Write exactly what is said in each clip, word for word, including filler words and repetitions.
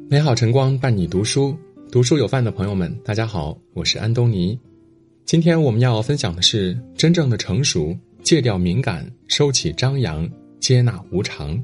美好晨光伴你读书，读书有范的朋友们，大家好，我是安东尼。今天我们要分享的是真正的成熟，戒掉敏感，收起张扬，接纳无常。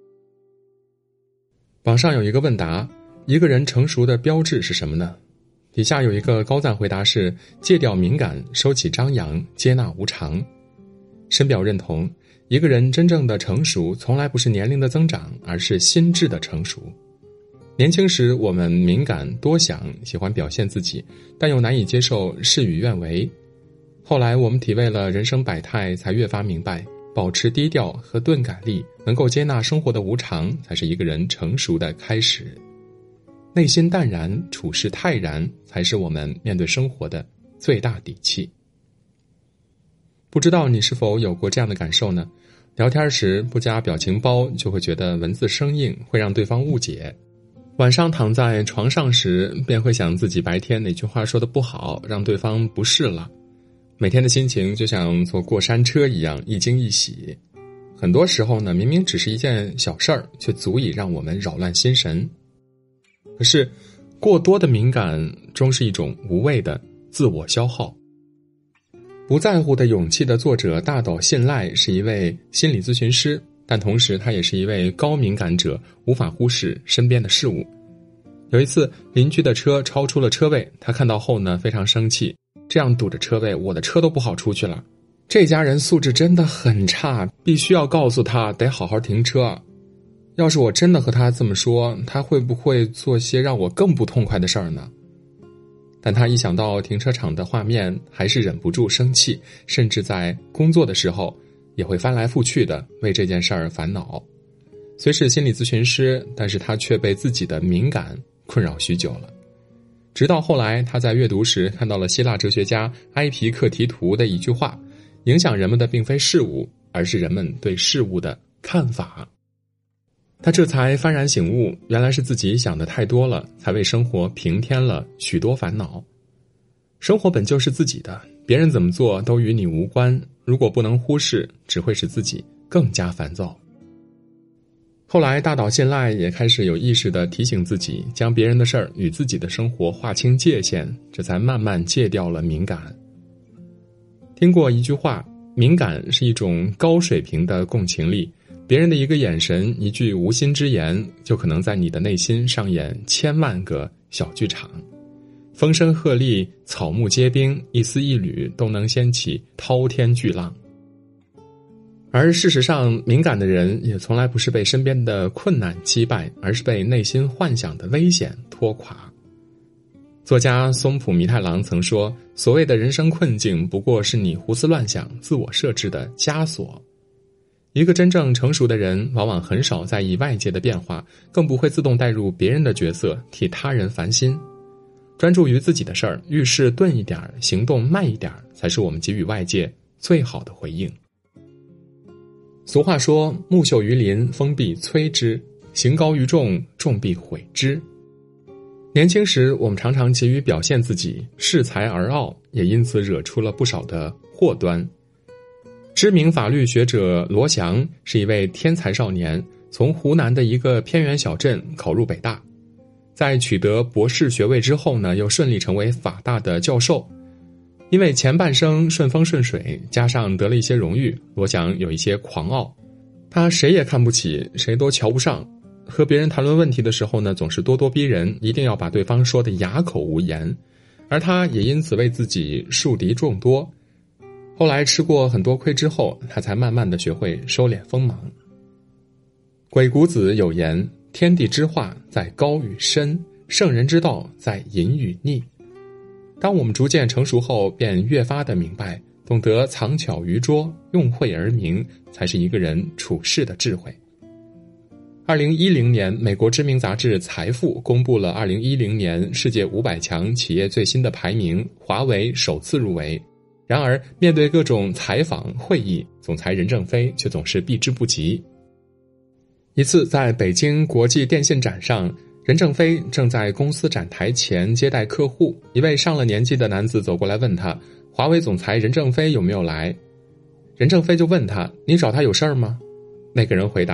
网上有一个问答，一个人成熟的标志是什么呢？底下有一个高赞回答是戒掉敏感，收起张扬，接纳无常。深表认同，一个人真正的成熟从来不是年龄的增长，而是心智的成熟。年轻时我们敏感多想，喜欢表现自己，但又难以接受事与愿违。后来我们体味了人生百态，才越发明白，保持低调和钝感力，能够接纳生活的无常，才是一个人成熟的开始。内心淡然，处事泰然，才是我们面对生活的最大底气。不知道你是否有过这样的感受呢？聊天时不加表情包，就会觉得文字生硬，会让对方误解。晚上躺在床上时，便会想自己白天哪句话说得不好，让对方不适了。每天的心情就像坐过山车一样，一惊一喜。很多时候呢，明明只是一件小事儿，却足以让我们扰乱心神。可是，过多的敏感终是一种无谓的自我消耗。不在乎的勇气的作者大岛信赖是一位心理咨询师，但同时他也是一位高敏感者，无法忽视身边的事物。有一次邻居的车超出了车位，他看到后呢非常生气，这样堵着车位，我的车都不好出去了。这家人素质真的很差，必须要告诉他得好好停车。要是我真的和他这么说，他会不会做些让我更不痛快的事儿呢？但他一想到停车场的画面，还是忍不住生气，甚至在工作的时候也会翻来覆去的为这件事儿烦恼。虽是心理咨询师，但是他却被自己的敏感困扰许久了。直到后来他在阅读时看到了希腊哲学家埃皮克提图的一句话，影响人们的并非事物，而是人们对事物的看法。他这才幡然醒悟，原来是自己想的太多了，才为生活平添了许多烦恼。生活本就是自己的，别人怎么做都与你无关，如果不能忽视，只会使自己更加烦躁。后来大岛信赖也开始有意识地提醒自己，将别人的事儿与自己的生活划清界限，这才慢慢戒掉了敏感。听过一句话，敏感是一种高水平的共情力，别人的一个眼神，一句无心之言，就可能在你的内心上演千万个小剧场。风声鹤唳，草木皆兵，一丝一缕都能掀起滔天巨浪。而事实上，敏感的人也从来不是被身边的困难击败，而是被内心幻想的危险拖垮。作家松浦弥太郎曾说，所谓的人生困境，不过是你胡思乱想、自我设置的枷锁。一个真正成熟的人，往往很少在意外界的变化，更不会自动带入别人的角色，替他人烦心。专注于自己的事儿，遇事钝一点，行动慢一点，才是我们给予外界最好的回应。俗话说，木秀于林，风必摧之；行高于众，众必毁之。年轻时我们常常急于表现自己，恃才而傲，也因此惹出了不少的祸端。知名法律学者罗翔是一位天才少年，从湖南的一个偏远小镇考入北大，在取得博士学位之后呢，又顺利成为法大的教授。因为前半生顺风顺水，加上得了一些荣誉，罗翔有一些狂傲，他谁也看不起，谁都瞧不上。和别人谈论问题的时候呢，总是咄咄逼人，一定要把对方说得哑口无言，而他也因此为自己树敌众多。后来吃过很多亏之后，他才慢慢地学会收敛锋芒。鬼谷子有言，天地之化在高与深，圣人之道在隐与匿。当我们逐渐成熟后，便越发的明白，懂得藏巧于拙，用晦而明，才是一个人处事的智慧。二零一零年，美国知名杂志《财富》公布了二零一零年世界五百强企业最新的排名，华为首次入围。然而，面对各种采访会议，总裁任正非却总是避之不及。一次在北京国际电信展上，任正非正在公司展台前接待客户，一位上了年纪的男子走过来问他，华为总裁任正非有没有来？任正非就问他，你找他有事儿吗？那个人回答，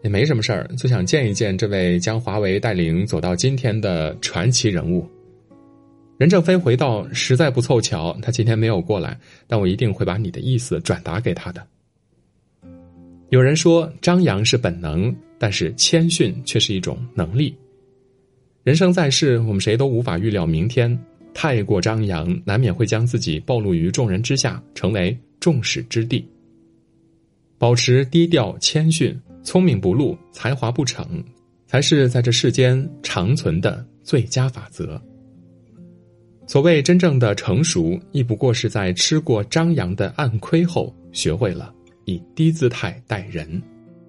也没什么事儿，就想见一见这位将华为带领走到今天的传奇人物。任正非回道，实在不凑巧，他今天没有过来，但我一定会把你的意思转达给他的。有人说张扬是本能，但是谦逊却是一种能力。人生在世，我们谁都无法预料明天，太过张扬，难免会将自己暴露于众人之下，成为众矢之的。保持低调谦逊，聪明不露，才华不逞，才是在这世间长存的最佳法则。所谓真正的成熟，亦不过是在吃过张扬的暗亏后，学会了以低姿态待人。《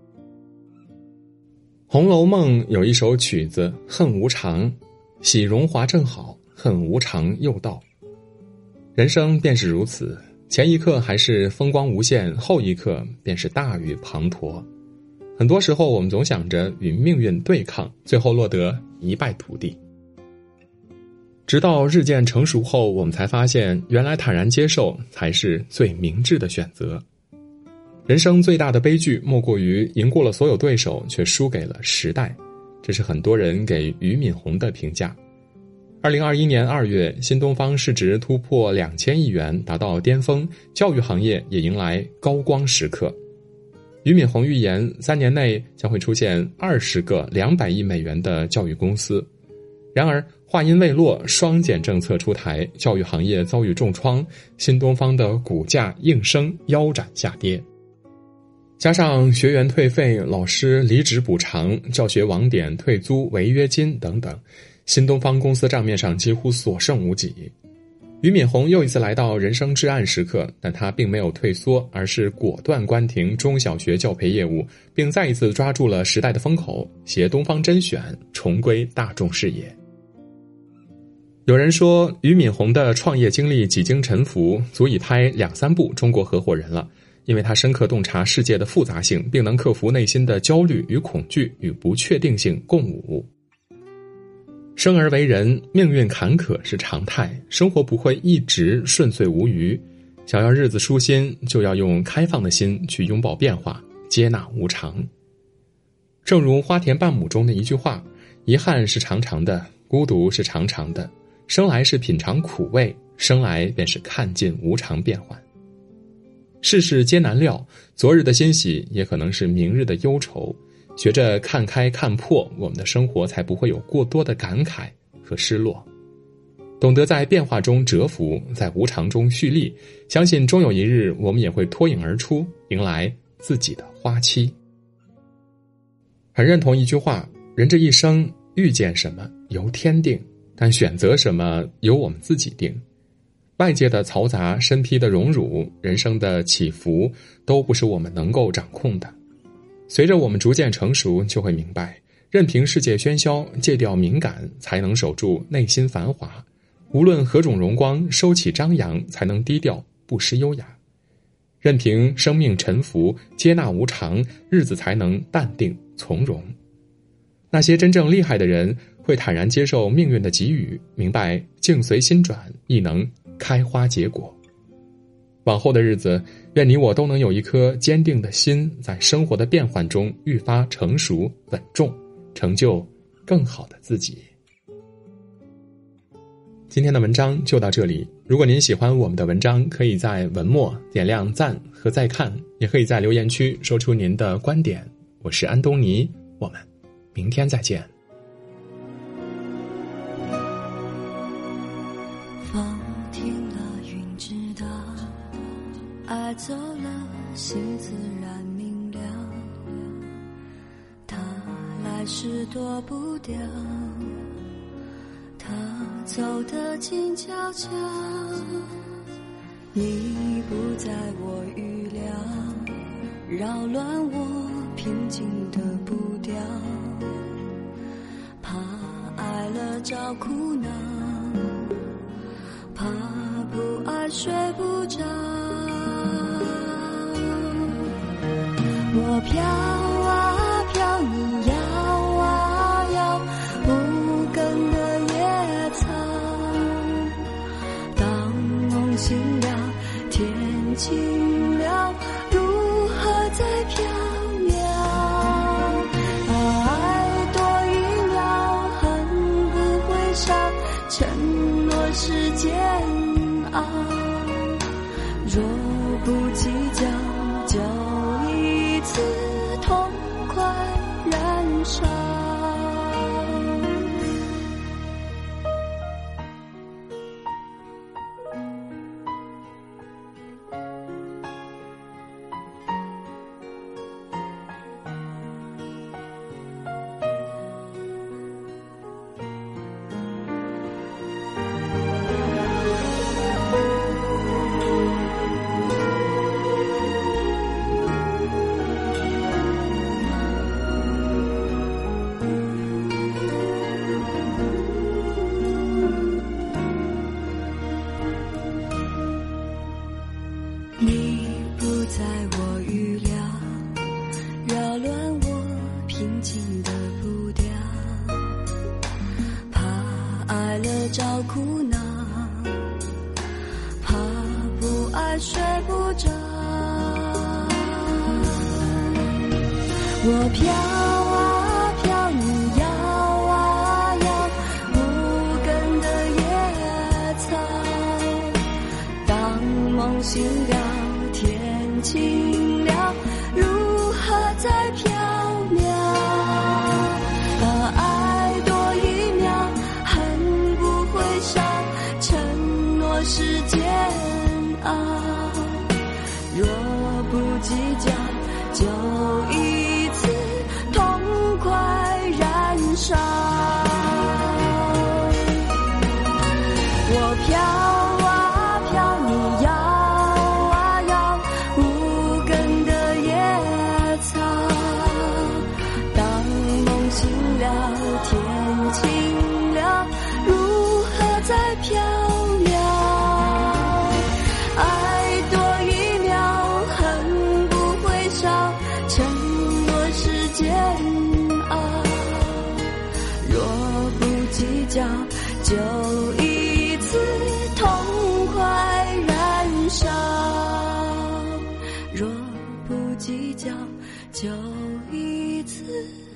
红楼梦》有一首曲子《恨无常》，喜荣华正好，恨无常又到。人生便是如此，前一刻还是风光无限，后一刻便是大雨滂沱。很多时候我们总想着与命运对抗，最后落得一败涂地。直到日渐成熟后，我们才发现原来坦然接受才是最明智的选择。人生最大的悲剧莫过于赢过了所有对手，却输给了时代，这是很多人给俞敏洪的评价。二零二一年二月，新东方市值突破两千亿元，达到巅峰，教育行业也迎来高光时刻。俞敏洪预言，三年内将会出现二十个两百亿美元的教育公司。然而话音未落，双减政策出台，教育行业遭遇重创，新东方的股价应声腰斩下跌。加上学员退费、老师离职补偿、教学网点退租违约金等等，新东方公司账面上几乎所剩无几。俞敏洪又一次来到人生至暗时刻，但他并没有退缩，而是果断关停中小学教培业务，并再一次抓住了时代的风口，携东方甄选重归大众视野。有人说俞敏洪的创业经历几经沉浮，足以拍两三部中国合伙人了，因为他深刻洞察世界的复杂性，并能克服内心的焦虑与恐惧，与不确定性共舞。生而为人，命运坎坷是常态，生活不会一直顺遂无虞，想要日子舒心，就要用开放的心去拥抱变化，接纳无常。正如《花田半亩》中的一句话，遗憾是长长的，孤独是长长的，生来是品尝苦味，生来便是看尽无常变幻。世事皆难料，昨日的欣喜也可能是明日的忧愁。学着看开看破，我们的生活才不会有过多的感慨和失落。懂得在变化中蛰伏，在无常中蓄力，相信终有一日我们也会脱颖而出，迎来自己的花期。很认同一句话，人这一生遇见什么由天定，但选择什么由我们自己定。外界的嘈杂，身披的荣辱，人生的起伏，都不是我们能够掌控的。随着我们逐渐成熟，就会明白，任凭世界喧嚣，戒掉敏感，才能守住内心繁华。无论何种荣光，收起张扬，才能低调不失优雅。任凭生命沉浮，接纳无常，日子才能淡定从容。那些真正厉害的人，会坦然接受命运的给予，明白境随心转，亦能开花结果。往后的日子，愿你我都能有一颗坚定的心，在生活的变幻中愈发成熟稳重，成就更好的自己。今天的文章就到这里，如果您喜欢我们的文章，可以在文末点亮赞和再看，也可以在留言区说出您的观点。我是安东尼，我们明天再见。 风停了，云知道，爱走了，心自然明了。他来时躲不掉，他走得静悄悄。你不在我预料，扰乱我平静的步调。怕爱了找苦恼，怕不爱睡不着。我飘啊飘，你摇啊摇，无根的野草。当梦醒了，天晴了，如何再缥缈？ 平静的步调，怕爱了找苦恼，怕不爱睡不着。我飘啊飘，你摇啊摇，无根的野草。当梦醒了，天晴了，如何再飘渺？把爱多一秒，恨不会少，承诺是煎熬。若不计较，就一次痛快燃烧。我飘啊飘，你摇啊摇，无根的野草。当梦醒了，天晴了，如何再飘渺？爱多一秒，恨不会少，承诺是煎熬。若不计较，就一次痛快燃烧。若不计较，就一次